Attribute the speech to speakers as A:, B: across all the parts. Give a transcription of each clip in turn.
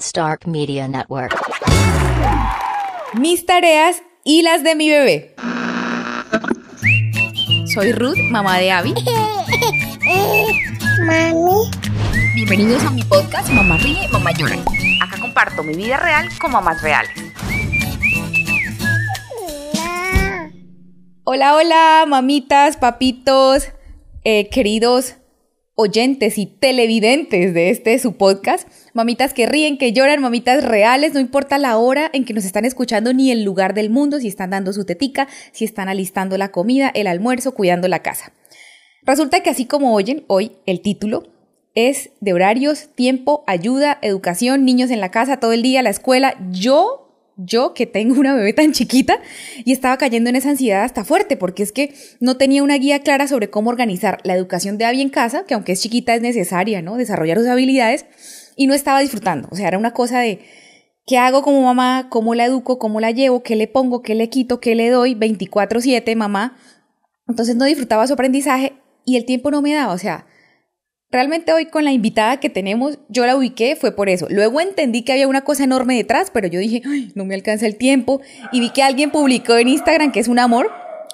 A: Stark Media Network.
B: Mis tareas y las de mi bebé. Soy Ruth, mamá de Abby.
C: Mami.
B: Bienvenidos a mi podcast Mamá Ríe, Mamá Llora. Acá comparto mi vida real con mamás reales. Hola, hola, mamitas, papitos, queridos oyentes y televidentes de su podcast. Mamitas que ríen, que lloran, mamitas reales, no importa la hora en que nos están escuchando ni el lugar del mundo, si están dando su tetica, si están alistando la comida, el almuerzo, cuidando la casa. Resulta que así como oyen, hoy el título es de horarios, tiempo, ayuda, educación, niños en la casa, todo el día, la escuela. Yo que tengo una bebé tan chiquita y estaba cayendo en esa ansiedad hasta fuerte porque es que no tenía una guía clara sobre cómo organizar la educación de Abby en casa, que aunque es chiquita es necesaria, ¿no? Desarrollar sus habilidades, y no estaba disfrutando. O sea, era una cosa de ¿qué hago como mamá? ¿Cómo la educo? ¿Cómo la llevo? ¿Qué le pongo? ¿Qué le quito? ¿Qué le doy? 24/7, mamá. Entonces no disfrutaba su aprendizaje y el tiempo no me daba. O sea, realmente hoy con la invitada que tenemos, yo la ubiqué, fue por eso. Luego entendí que había una cosa enorme detrás, pero yo dije, ay, no me alcanza el tiempo. Y vi que alguien publicó en Instagram, que es un amor,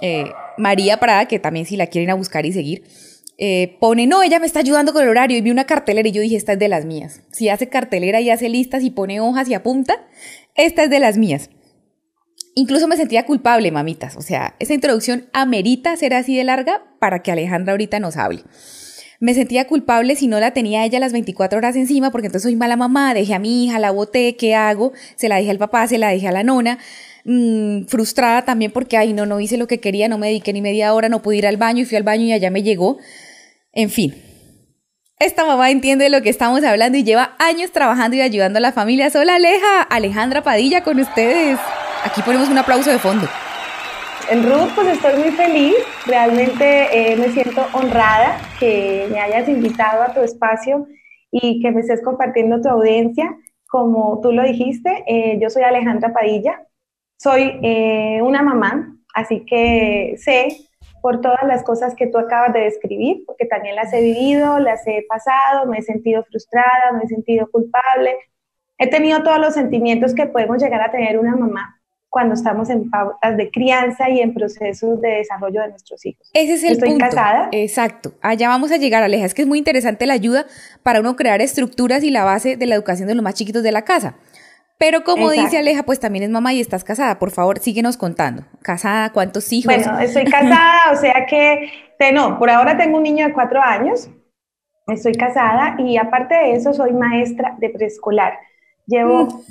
B: María Prada, que también si la quieren ir a buscar y seguir, pone, no, ella me está ayudando con el horario. Y vi una cartelera y yo dije, esta es de las mías. Si hace cartelera y hace listas y pone hojas y apunta, esta es de las mías. Incluso me sentía culpable, mamitas. O sea, esa introducción amerita ser así de larga para que Alejandra ahorita nos hable. Me sentía culpable si no la tenía ella las 24 horas encima, porque entonces soy mala mamá, dejé a mi hija, la boté, ¿qué hago? Se la dejé al papá, se la dejé a la nona, frustrada también porque, ay, no hice lo que quería, no me dediqué ni media hora, no pude ir al baño y fui al baño y allá me llegó. En fin, esta mamá entiende de lo que estamos hablando y lleva años trabajando y ayudando a la familia. Hola, Alejandra Padilla con ustedes. Aquí ponemos un aplauso de fondo.
C: Ruth, pues estoy muy feliz, realmente me siento honrada que me hayas invitado a tu espacio y que me estés compartiendo tu audiencia. Como tú lo dijiste, yo soy Alejandra Padilla, soy una mamá, así que sé por todas las cosas que tú acabas de describir, porque también las he vivido, las he pasado, me he sentido frustrada, me he sentido culpable, he tenido todos los sentimientos que podemos llegar a tener una mamá cuando estamos en pautas de crianza y en procesos de desarrollo de nuestros hijos.
B: Ese es el punto.
C: Estoy casada.
B: Exacto. Allá vamos a llegar, Aleja. Es que es muy interesante la ayuda para uno crear estructuras y la base de la educación de los más chiquitos de la casa. Pero como dice Aleja, pues también es mamá y estás casada. Por favor, síguenos contando. ¿Casada? ¿Cuántos hijos?
C: Bueno, estoy casada, o sea que, por ahora tengo un niño de 4 años. Estoy casada y aparte de eso soy maestra de preescolar. Llevo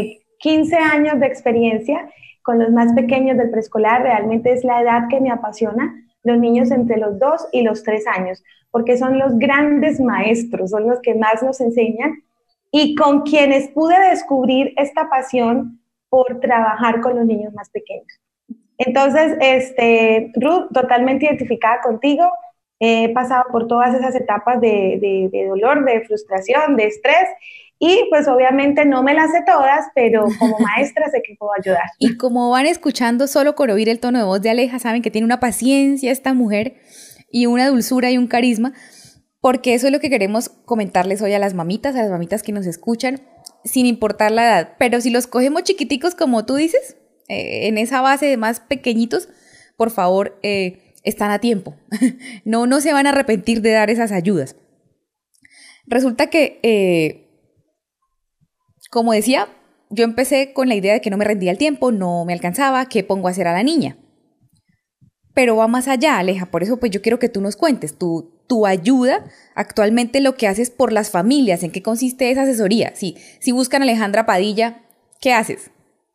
C: 15 años de experiencia con los más pequeños del preescolar. Realmente es la edad que me apasiona, los niños entre los 2 y los 3 años, porque son los grandes maestros, son los que más nos enseñan y con quienes pude descubrir esta pasión por trabajar con los niños más pequeños. Entonces, Ruth, totalmente identificada contigo, he pasado por todas esas etapas de dolor, de frustración, de estrés. Y pues obviamente no me las sé todas, pero como maestra sé que puedo ayudar.
B: Y como van escuchando solo con oír el tono de voz de Aleja, saben que tiene una paciencia esta mujer y una dulzura y un carisma, porque eso es lo que queremos comentarles hoy a las mamitas que nos escuchan, sin importar la edad. Pero si los cogemos chiquiticos, como tú dices, en esa base de más pequeñitos, por favor, están a tiempo. No se van a arrepentir de dar esas ayudas. Resulta que como decía, yo empecé con la idea de que no me rendía el tiempo, no me alcanzaba, ¿qué pongo a hacer a la niña? Pero va más allá, Aleja, por eso pues yo quiero que tú nos cuentes tu ayuda, actualmente lo que haces por las familias, ¿en qué consiste esa asesoría? Si buscan a Alejandra Padilla, ¿qué haces?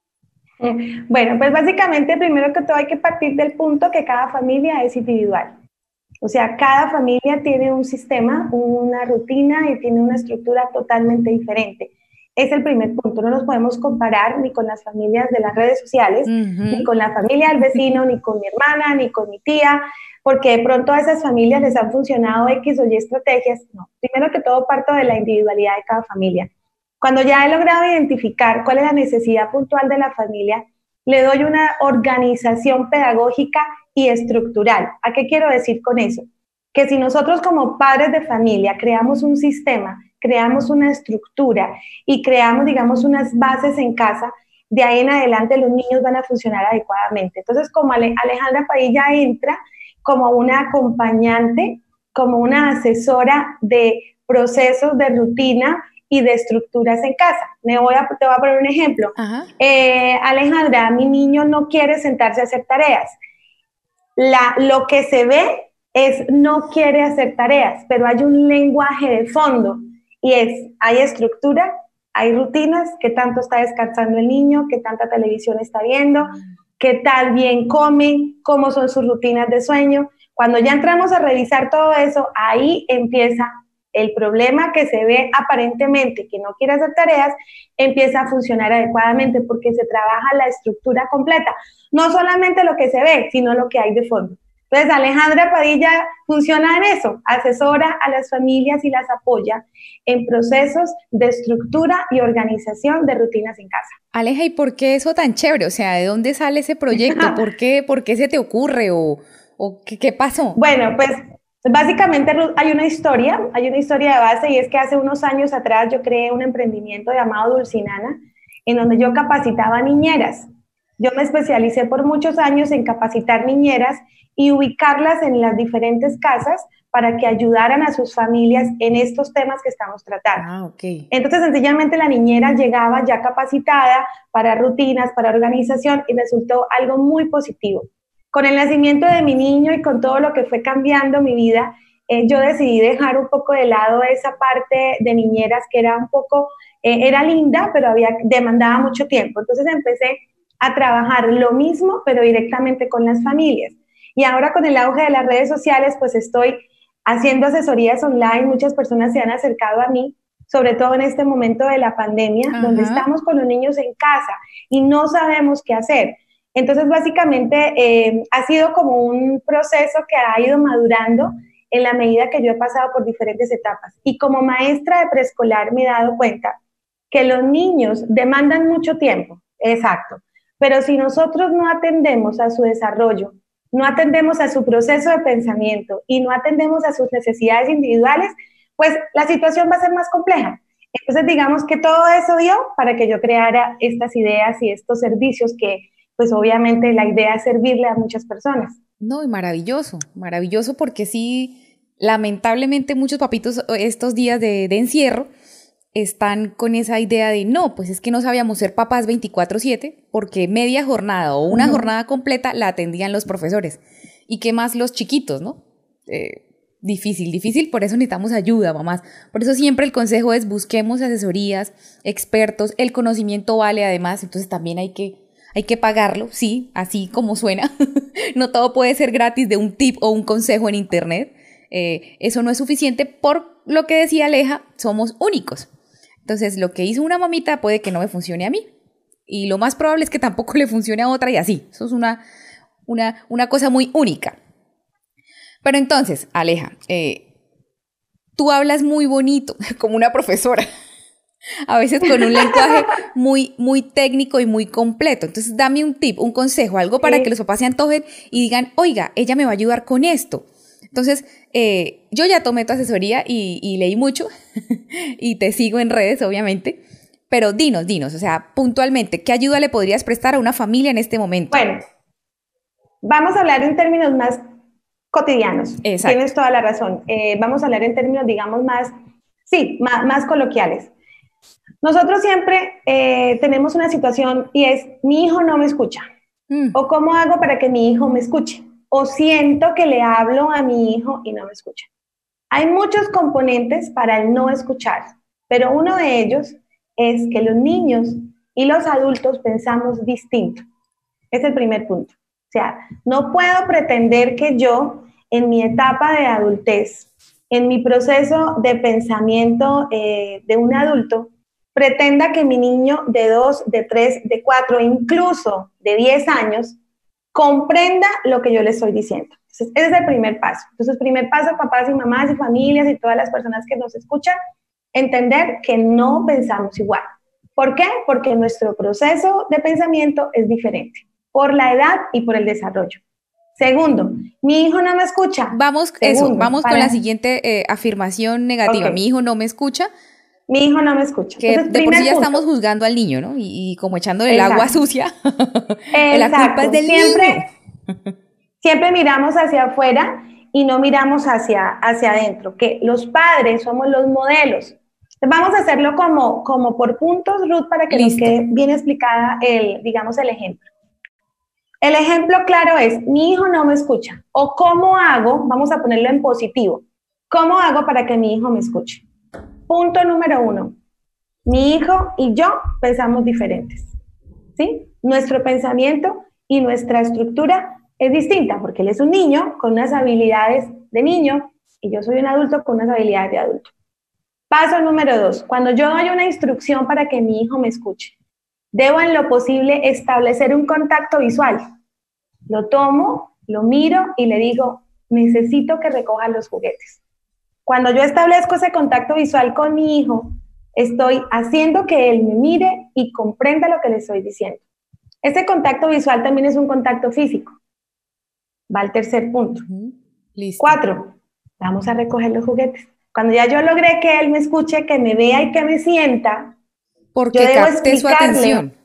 C: Bueno, pues básicamente primero que todo hay que partir del punto que cada familia es individual. O sea, cada familia tiene un sistema, una rutina y tiene una estructura totalmente diferente. Es el primer punto, no nos podemos comparar ni con las familias de las redes sociales, ni con la familia del vecino, ni con mi hermana, ni con mi tía, porque de pronto a esas familias les han funcionado X o Y estrategias. No, primero que todo parto de la individualidad de cada familia. Cuando ya he logrado identificar cuál es la necesidad puntual de la familia, le doy una organización pedagógica y estructural. ¿A qué quiero decir con eso? Que si nosotros como padres de familia creamos un sistema creamos una estructura y creamos, digamos, unas bases en casa, de ahí en adelante los niños van a funcionar adecuadamente. Entonces, como Alejandra Padilla entra como una acompañante, como una asesora de procesos, de rutina y de estructuras en casa. Te voy a poner un ejemplo. Alejandra, mi niño no quiere sentarse a hacer tareas. Lo que se ve es no quiere hacer tareas, pero hay un lenguaje de fondo y hay estructura, hay rutinas, qué tanto está descansando el niño, qué tanta televisión está viendo, qué tal bien come, cómo son sus rutinas de sueño. Cuando ya entramos a revisar todo eso, ahí empieza el problema que se ve aparentemente que no quiere hacer tareas, empieza a funcionar adecuadamente porque se trabaja la estructura completa. No solamente lo que se ve, sino lo que hay de fondo. Entonces, Alejandra Padilla funciona en eso, asesora a las familias y las apoya en procesos de estructura y organización de rutinas en casa.
B: Aleja, ¿y por qué eso tan chévere? O sea, ¿de dónde sale ese proyecto? ¿Por qué se te ocurre? ¿O qué pasó?
C: Bueno, pues básicamente hay una historia de base, y es que hace unos años atrás yo creé un emprendimiento llamado Dulcinana, en donde yo capacitaba niñeras. Yo me especialicé por muchos años en capacitar niñeras y ubicarlas en las diferentes casas para que ayudaran a sus familias en estos temas que estamos tratando.
B: Okay.
C: Entonces, sencillamente la niñera llegaba ya capacitada para rutinas, para organización, y resultó algo muy positivo. Con el nacimiento de mi niño y con todo lo que fue cambiando mi vida, yo decidí dejar un poco de lado esa parte de niñeras que era un poco, era linda, pero demandaba mucho tiempo. Entonces empecé a trabajar lo mismo, pero directamente con las familias. Y ahora con el auge de las redes sociales, pues estoy haciendo asesorías online. Muchas personas se han acercado a mí, sobre todo en este momento de la pandemia, donde estamos con los niños en casa y no sabemos qué hacer. Entonces, básicamente, ha sido como un proceso que ha ido madurando en la medida que yo he pasado por diferentes etapas. Y como maestra de preescolar me he dado cuenta que los niños demandan mucho tiempo, exacto, pero si nosotros no atendemos a su desarrollo, no atendemos a su proceso de pensamiento y no atendemos a sus necesidades individuales, pues la situación va a ser más compleja. Entonces, digamos que todo eso dio para que yo creara estas ideas y estos servicios que, pues obviamente la idea es servirle a muchas personas.
B: No, y maravilloso porque sí, lamentablemente muchos papitos estos días de encierro están con esa idea de no, pues es que no sabíamos ser papás 24/7 porque media jornada o una jornada completa la atendían los profesores. Y qué más los chiquitos, ¿no? Difícil, por eso necesitamos ayuda, mamás. Por eso siempre el consejo es busquemos asesorías, expertos, el conocimiento vale además, entonces también hay que pagarlo, sí, así como suena. No todo puede ser gratis de un tip o un consejo en internet. Eso no es suficiente. Por lo que decía Aleja, somos únicos. Entonces, lo que hizo una mamita puede que no me funcione a mí. Y lo más probable es que tampoco le funcione a otra y así. Eso es una cosa muy única. Pero entonces, Aleja, tú hablas muy bonito, como una profesora. A veces con un lenguaje muy técnico y muy completo. Entonces, dame un tip, un consejo, algo para que los papás se antojen y digan, oiga, ella me va a ayudar con esto. Entonces, yo ya tomé tu asesoría y leí mucho y te sigo en redes, obviamente. Pero dinos, o sea, puntualmente, ¿qué ayuda le podrías prestar a una familia en este momento?
C: Bueno, vamos a hablar en términos más cotidianos.
B: Exacto.
C: Tienes toda la razón. Vamos a hablar en términos, digamos, más coloquiales. Nosotros siempre tenemos una situación y es, mi hijo no me escucha. ¿O cómo hago para que mi hijo me escuche? O siento que le hablo a mi hijo y no me escucha. Hay muchos componentes para el no escuchar, pero uno de ellos es que los niños y los adultos pensamos distinto. Es el primer punto. O sea, no puedo pretender que yo, en mi etapa de adultez, en mi proceso de pensamiento de un adulto, pretenda que mi niño de 2, de 3, de 4, incluso de 10 años, comprenda lo que yo le estoy diciendo. Entonces, ese es el primer paso. Entonces, primer paso, papás y mamás y familias y todas las personas que nos escuchan, entender que no pensamos igual. ¿Por qué? Porque nuestro proceso de pensamiento es diferente, por la edad y por el desarrollo. Segundo, mi hijo no me escucha.
B: Vamos con la siguiente afirmación negativa. Okay. Mi hijo no me escucha.
C: Mi hijo no me escucha.
B: Que
C: Entonces,
B: de por sí
C: primer
B: ya
C: punto.
B: estamos juzgando al niño, ¿no? Y como echándole el agua
C: Exacto.
B: sucia. La culpa es
C: Exacto.
B: del niño.
C: Siempre miramos hacia afuera y no miramos hacia adentro, que los padres somos los modelos. Vamos a hacerlo como por puntos, Ruth, para que nos
B: Listo.
C: quede bien explicada digamos, el ejemplo. El ejemplo claro es, mi hijo no me escucha. O cómo hago, vamos a ponerlo en positivo, ¿cómo hago para que mi hijo me escuche? Punto número 1. Mi hijo y yo pensamos diferentes, ¿sí? Nuestro pensamiento y nuestra estructura es distinta, porque él es un niño con unas habilidades de niño y yo soy un adulto con unas habilidades de adulto. Paso número 2. Cuando yo doy una instrucción para que mi hijo me escuche, debo en lo posible establecer un contacto visual. Lo tomo, lo miro y le digo, necesito que recoja los juguetes. Cuando yo establezco ese contacto visual con mi hijo, estoy haciendo que él me mire y comprenda lo que le estoy diciendo. Ese contacto visual también es un contacto físico. Va al tercer punto.
B: Listo.
C: 4. Vamos a recoger los juguetes. Cuando ya yo logré que él me escuche, que me vea y que me sienta,
B: Porque
C: yo debo
B: capté su
C: explicarle,
B: atención.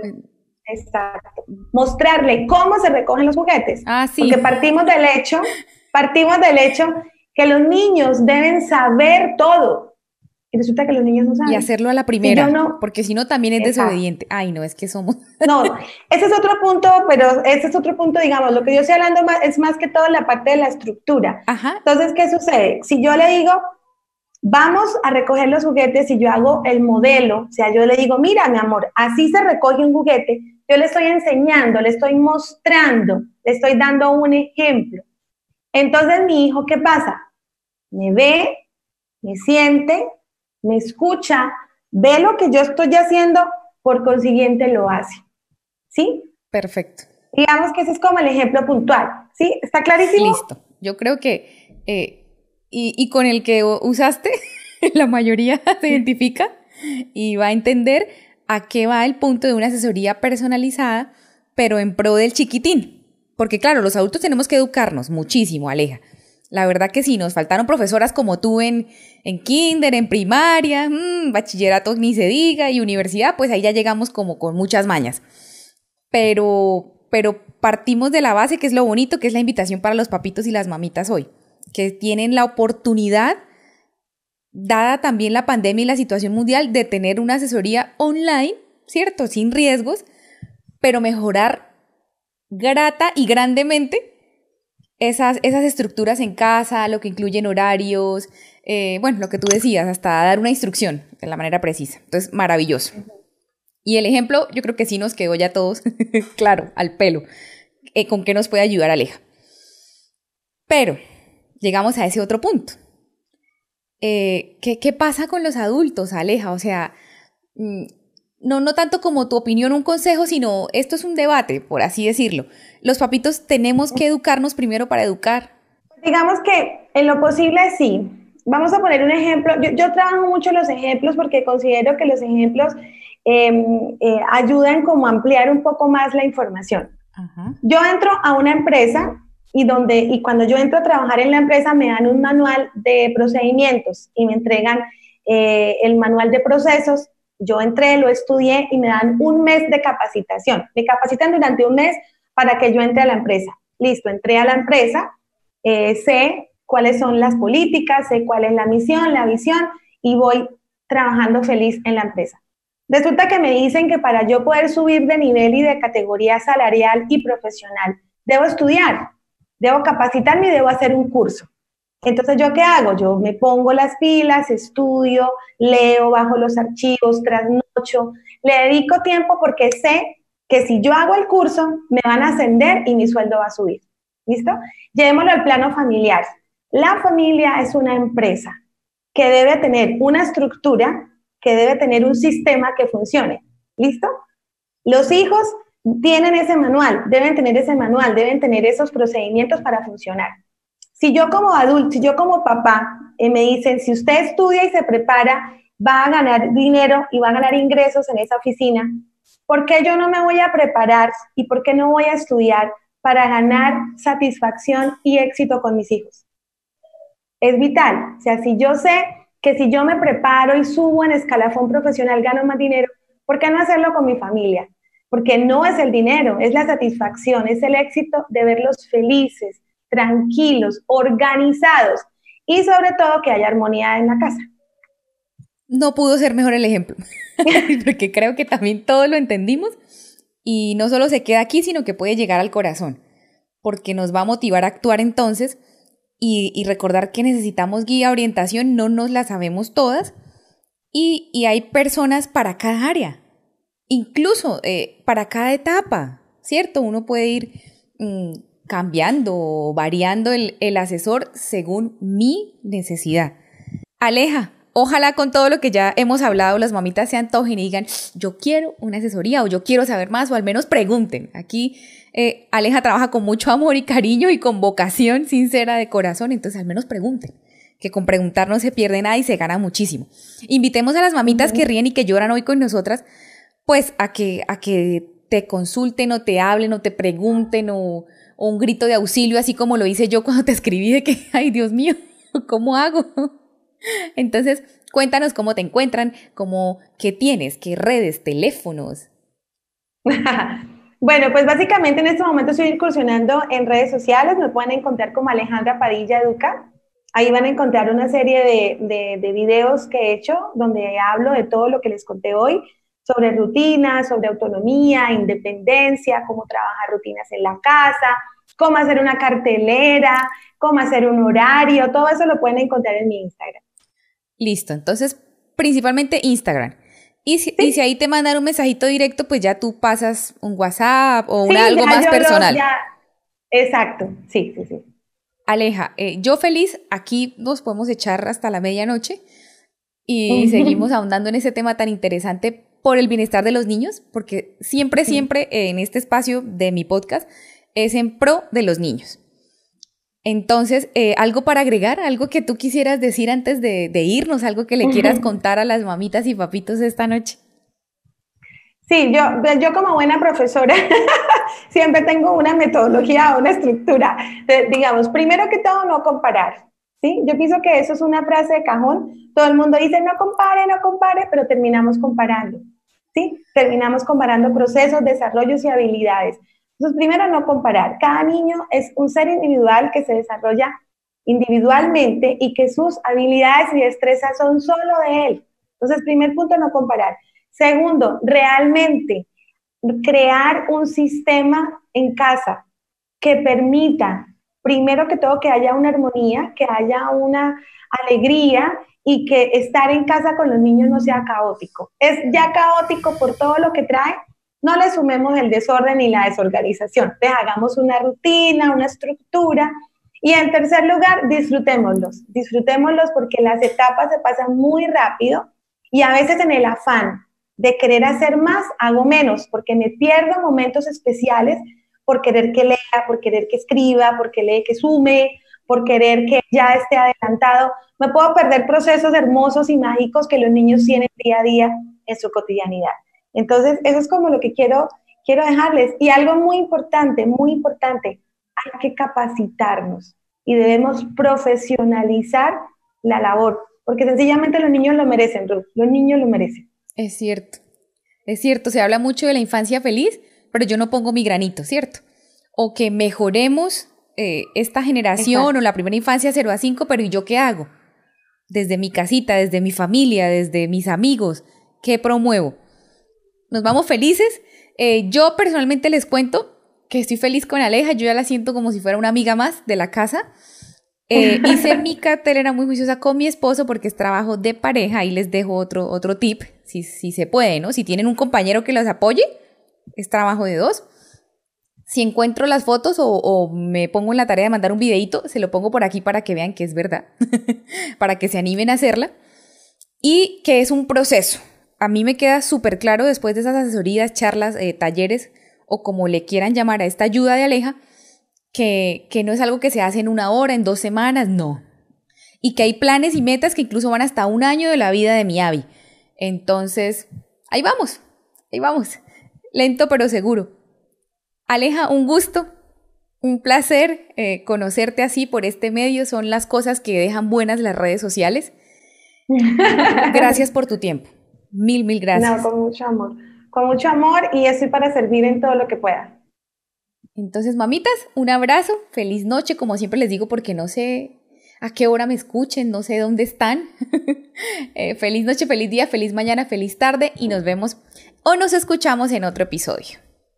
C: exacto, mostrarle cómo se recogen los juguetes.
B: Ah, sí.
C: Porque partimos del hecho que los niños deben saber todo. Y resulta que los niños no saben.
B: Y hacerlo a la
C: Si
B: primera,
C: yo no,
B: porque si no también es
C: exacto.
B: desobediente. Ay, no, es que somos...
C: No, ese es otro punto, pero ese es otro punto, digamos, lo que yo estoy hablando es más que todo la parte de la estructura.
B: Ajá.
C: Entonces, ¿qué sucede? Si yo le digo, vamos a recoger los juguetes y yo hago el modelo, o sea, yo le digo, mira, mi amor, así se recoge un juguete, yo le estoy enseñando, le estoy mostrando, le estoy dando un ejemplo. Entonces, mi hijo, ¿qué pasa? Me ve, me siente, me escucha, ve lo que yo estoy haciendo, por consiguiente lo hace. ¿Sí?
B: Perfecto.
C: Digamos que ese es como el ejemplo puntual. ¿Sí? ¿Está clarísimo?
B: Listo. Yo creo que, y con el que usaste, la mayoría se identifica y va a entender a qué va el punto de una asesoría personalizada, pero en pro del chiquitín. Porque claro, los adultos tenemos que educarnos muchísimo, Aleja. La verdad que sí, nos faltaron profesoras como tú en kinder, en primaria, bachillerato ni se diga, y universidad, pues ahí ya llegamos como con muchas mañas. Pero partimos de la base, que es lo bonito, que es la invitación para los papitos y las mamitas hoy, que tienen la oportunidad, dada también la pandemia y la situación mundial, de tener una asesoría online, ¿cierto? Sin riesgos, pero mejorar grata y grandemente esas estructuras en casa, lo que incluyen horarios, bueno, lo que tú decías, hasta dar una instrucción de la manera precisa. Entonces, maravilloso. Y el ejemplo, yo creo que sí nos quedó ya todos claro, al pelo, con qué nos puede ayudar Aleja. Pero llegamos a ese otro punto. ¿Qué pasa con los adultos, Aleja? O sea, no tanto como tu opinión, un consejo, sino esto es un debate, por así decirlo. Los papitos tenemos que educarnos primero para educar.
C: Digamos que en lo posible sí. Vamos a poner un ejemplo. Yo trabajo mucho los ejemplos porque considero que los ejemplos ayudan como a ampliar un poco más la información. Ajá. Yo entro a una empresa y cuando yo entro a trabajar en la empresa me dan un manual de procedimientos y me entregan el manual de procesos. Yo entré, lo estudié y me dan un mes de capacitación. Me capacitan durante un mes para que yo entre a la empresa. Listo, entré a la empresa, sé cuáles son las políticas, sé cuál es la misión, la visión y voy trabajando feliz en la empresa. Resulta que me dicen que para yo poder subir de nivel y de categoría salarial y profesional, debo estudiar, debo capacitarme y debo hacer un curso. Entonces, ¿yo qué hago? Yo me pongo las pilas, estudio, leo, bajo los archivos, trasnocho, le dedico tiempo porque sé que si yo hago el curso, me van a ascender y mi sueldo va a subir. ¿Listo? Llevémoslo al plano familiar. La familia es una empresa que debe tener una estructura, que debe tener un sistema que funcione. ¿Listo? Los hijos tienen ese manual, deben tener ese manual, deben tener esos procedimientos para funcionar. Si yo como adulto, si yo como papá, me dicen, si usted estudia y se prepara, va a ganar dinero y va a ganar ingresos en esa oficina, ¿por qué yo no me voy a preparar y por qué no voy a estudiar para ganar satisfacción y éxito con mis hijos? Es vital. O sea, si yo sé que si yo me preparo y subo en escalafón profesional, gano más dinero, ¿por qué no hacerlo con mi familia? Porque no es el dinero, es la satisfacción, es el éxito de verlos felices, tranquilos, organizados y sobre todo que haya armonía en la casa.
B: No pudo ser mejor el ejemplo, porque creo que también todos lo entendimos y no solo se queda aquí, sino que puede llegar al corazón, porque nos va a motivar a actuar entonces y recordar que necesitamos guía, orientación, no nos la sabemos todas y hay personas para cada área, incluso para cada etapa, ¿cierto? Uno puede ir cambiando o variando el asesor según mi necesidad. Aleja, ojalá con todo lo que ya hemos hablado las mamitas se antojen y digan, yo quiero una asesoría o yo quiero saber más o al menos pregunten. Aquí Aleja trabaja con mucho amor y cariño y con vocación sincera de corazón, entonces al menos pregunten, que con preguntar no se pierde nada y se gana muchísimo. Invitemos a las mamitas que ríen y que lloran hoy con nosotras, pues a que te consulten o te hablen o te pregunten o un grito de auxilio, así como lo hice yo cuando te escribí de que, ay Dios mío, ¿cómo hago? Entonces, cuéntanos cómo te encuentran, qué tienes, qué redes, teléfonos.
C: Bueno, pues básicamente en este momento estoy incursionando en redes sociales, me pueden encontrar como Alejandra Padilla Educa, ahí van a encontrar una serie de videos que he hecho donde hablo de todo lo que les conté hoy, sobre rutinas, sobre autonomía, independencia, cómo trabajar rutinas en la casa, cómo hacer una cartelera, cómo hacer un horario, todo eso lo pueden encontrar en mi Instagram.
B: Listo, entonces principalmente Instagram. Y si ahí te mandan un mensajito directo, pues ya tú pasas un WhatsApp o algo más personal.
C: Exacto, sí.
B: Aleja, yo feliz, aquí nos podemos echar hasta la medianoche y seguimos ahondando en ese tema tan interesante por el bienestar de los niños, porque siempre en este espacio de mi podcast es en pro de los niños. Entonces, ¿algo para agregar? ¿Algo que tú quisieras decir antes de irnos? ¿Algo que le quieras contar a las mamitas y papitos esta noche?
C: Sí, yo como buena profesora siempre tengo una metodología, una estructura. Digamos, primero que todo, no comparar. ¿Sí? Yo pienso que eso es una frase de cajón. Todo el mundo dice, no compare, pero terminamos comparando. ¿Sí? Terminamos comparando procesos, desarrollos y habilidades. Entonces, primero, no comparar. Cada niño es un ser individual que se desarrolla individualmente y que sus habilidades y destrezas son solo de él. Entonces, primer punto, no comparar. Segundo, realmente crear un sistema en casa que permita, primero que todo, que haya una armonía, que haya una alegría y que estar en casa con los niños no sea caótico. Es ya caótico por todo lo que trae. No le sumemos el desorden y la desorganización. Entonces, hagamos una rutina, una estructura. Y en tercer lugar, disfrutémoslos porque las etapas se pasan muy rápido y a veces en el afán de querer hacer más, hago menos, porque me pierdo momentos especiales por querer que lea, por querer que escriba, por querer que sume, por querer que ya esté adelantado. Me puedo perder procesos hermosos y mágicos que los niños tienen día a día en su cotidianidad. Entonces, eso es como lo que quiero dejarles. Y algo muy importante, hay que capacitarnos y debemos profesionalizar la labor, porque sencillamente los niños lo merecen, Ruth, los niños lo merecen.
B: Es cierto, se habla mucho de la infancia feliz, pero yo no pongo mi granito, ¿cierto? O que mejoremos esta generación. Exacto. O la primera infancia 0 a 5, pero ¿y yo qué hago? Desde mi casita, desde mi familia, desde mis amigos, ¿qué promuevo? Nos vamos felices. Yo personalmente les cuento que estoy feliz con Aleja, yo ya la siento como si fuera una amiga más de la casa. Hice mi cartelera muy juiciosa con mi esposo porque es trabajo de pareja y les dejo otro tip, si se puede, ¿no? Si tienen un compañero que los apoye, es trabajo de 2. Si encuentro las fotos o me pongo en la tarea de mandar un videito, se lo pongo por aquí para que vean que es verdad, para que se animen a hacerla y que es un proceso. A mí me queda súper claro después de esas asesorías, charlas, talleres o como le quieran llamar a esta ayuda de Aleja, que no es algo que se hace en 1 hora, en 2 semanas, no. Y que hay planes y metas que incluso van hasta 1 año de la vida de mi Abby. Entonces, ahí vamos, lento pero seguro. Aleja, un gusto, un placer conocerte así por este medio, son las cosas que dejan buenas las redes sociales. Gracias por tu tiempo. Mil gracias.
C: No, con mucho amor. Con mucho amor y estoy para servir en todo lo que pueda.
B: Entonces, mamitas, un abrazo, feliz noche, como siempre les digo, porque no sé a qué hora me escuchen, no sé dónde están. Feliz noche, feliz día, feliz mañana, feliz tarde y nos vemos o nos escuchamos en otro episodio.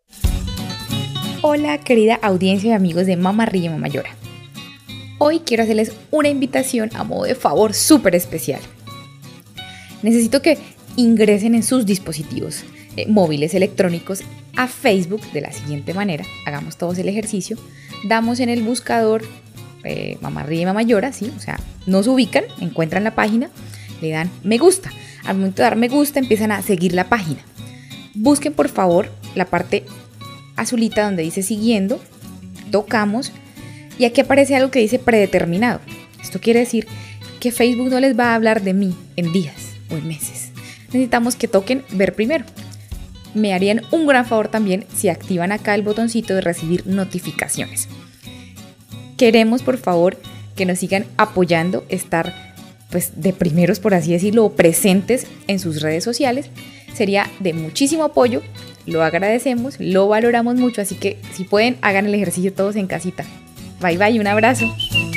B: Hola, querida audiencia y amigos de Mamá Ríe, Mamá Llora. Hoy quiero hacerles una invitación a modo de favor súper especial. Necesito que ingresen en sus dispositivos móviles electrónicos a Facebook de la siguiente manera. Hagamos todos el ejercicio. Damos en el buscador Mamá Ríe, Mamá Llora, ¿sí? O sea, nos ubican, encuentran la página, le dan me gusta. Al momento de dar me gusta empiezan a seguir la página. Busquen por favor la parte azulita donde dice siguiendo, tocamos y aquí aparece algo que dice predeterminado. Esto quiere decir que Facebook no les va a hablar de mí en días o en meses. Necesitamos que toquen ver primero. Me harían un gran favor también si activan acá el botoncito de recibir notificaciones. Queremos por favor que nos sigan apoyando, estar pues de primeros, por así decirlo, presentes en sus redes sociales. Sería de muchísimo apoyo, lo agradecemos, lo valoramos mucho, así que si pueden hagan el ejercicio todos en casita. Bye bye, un abrazo.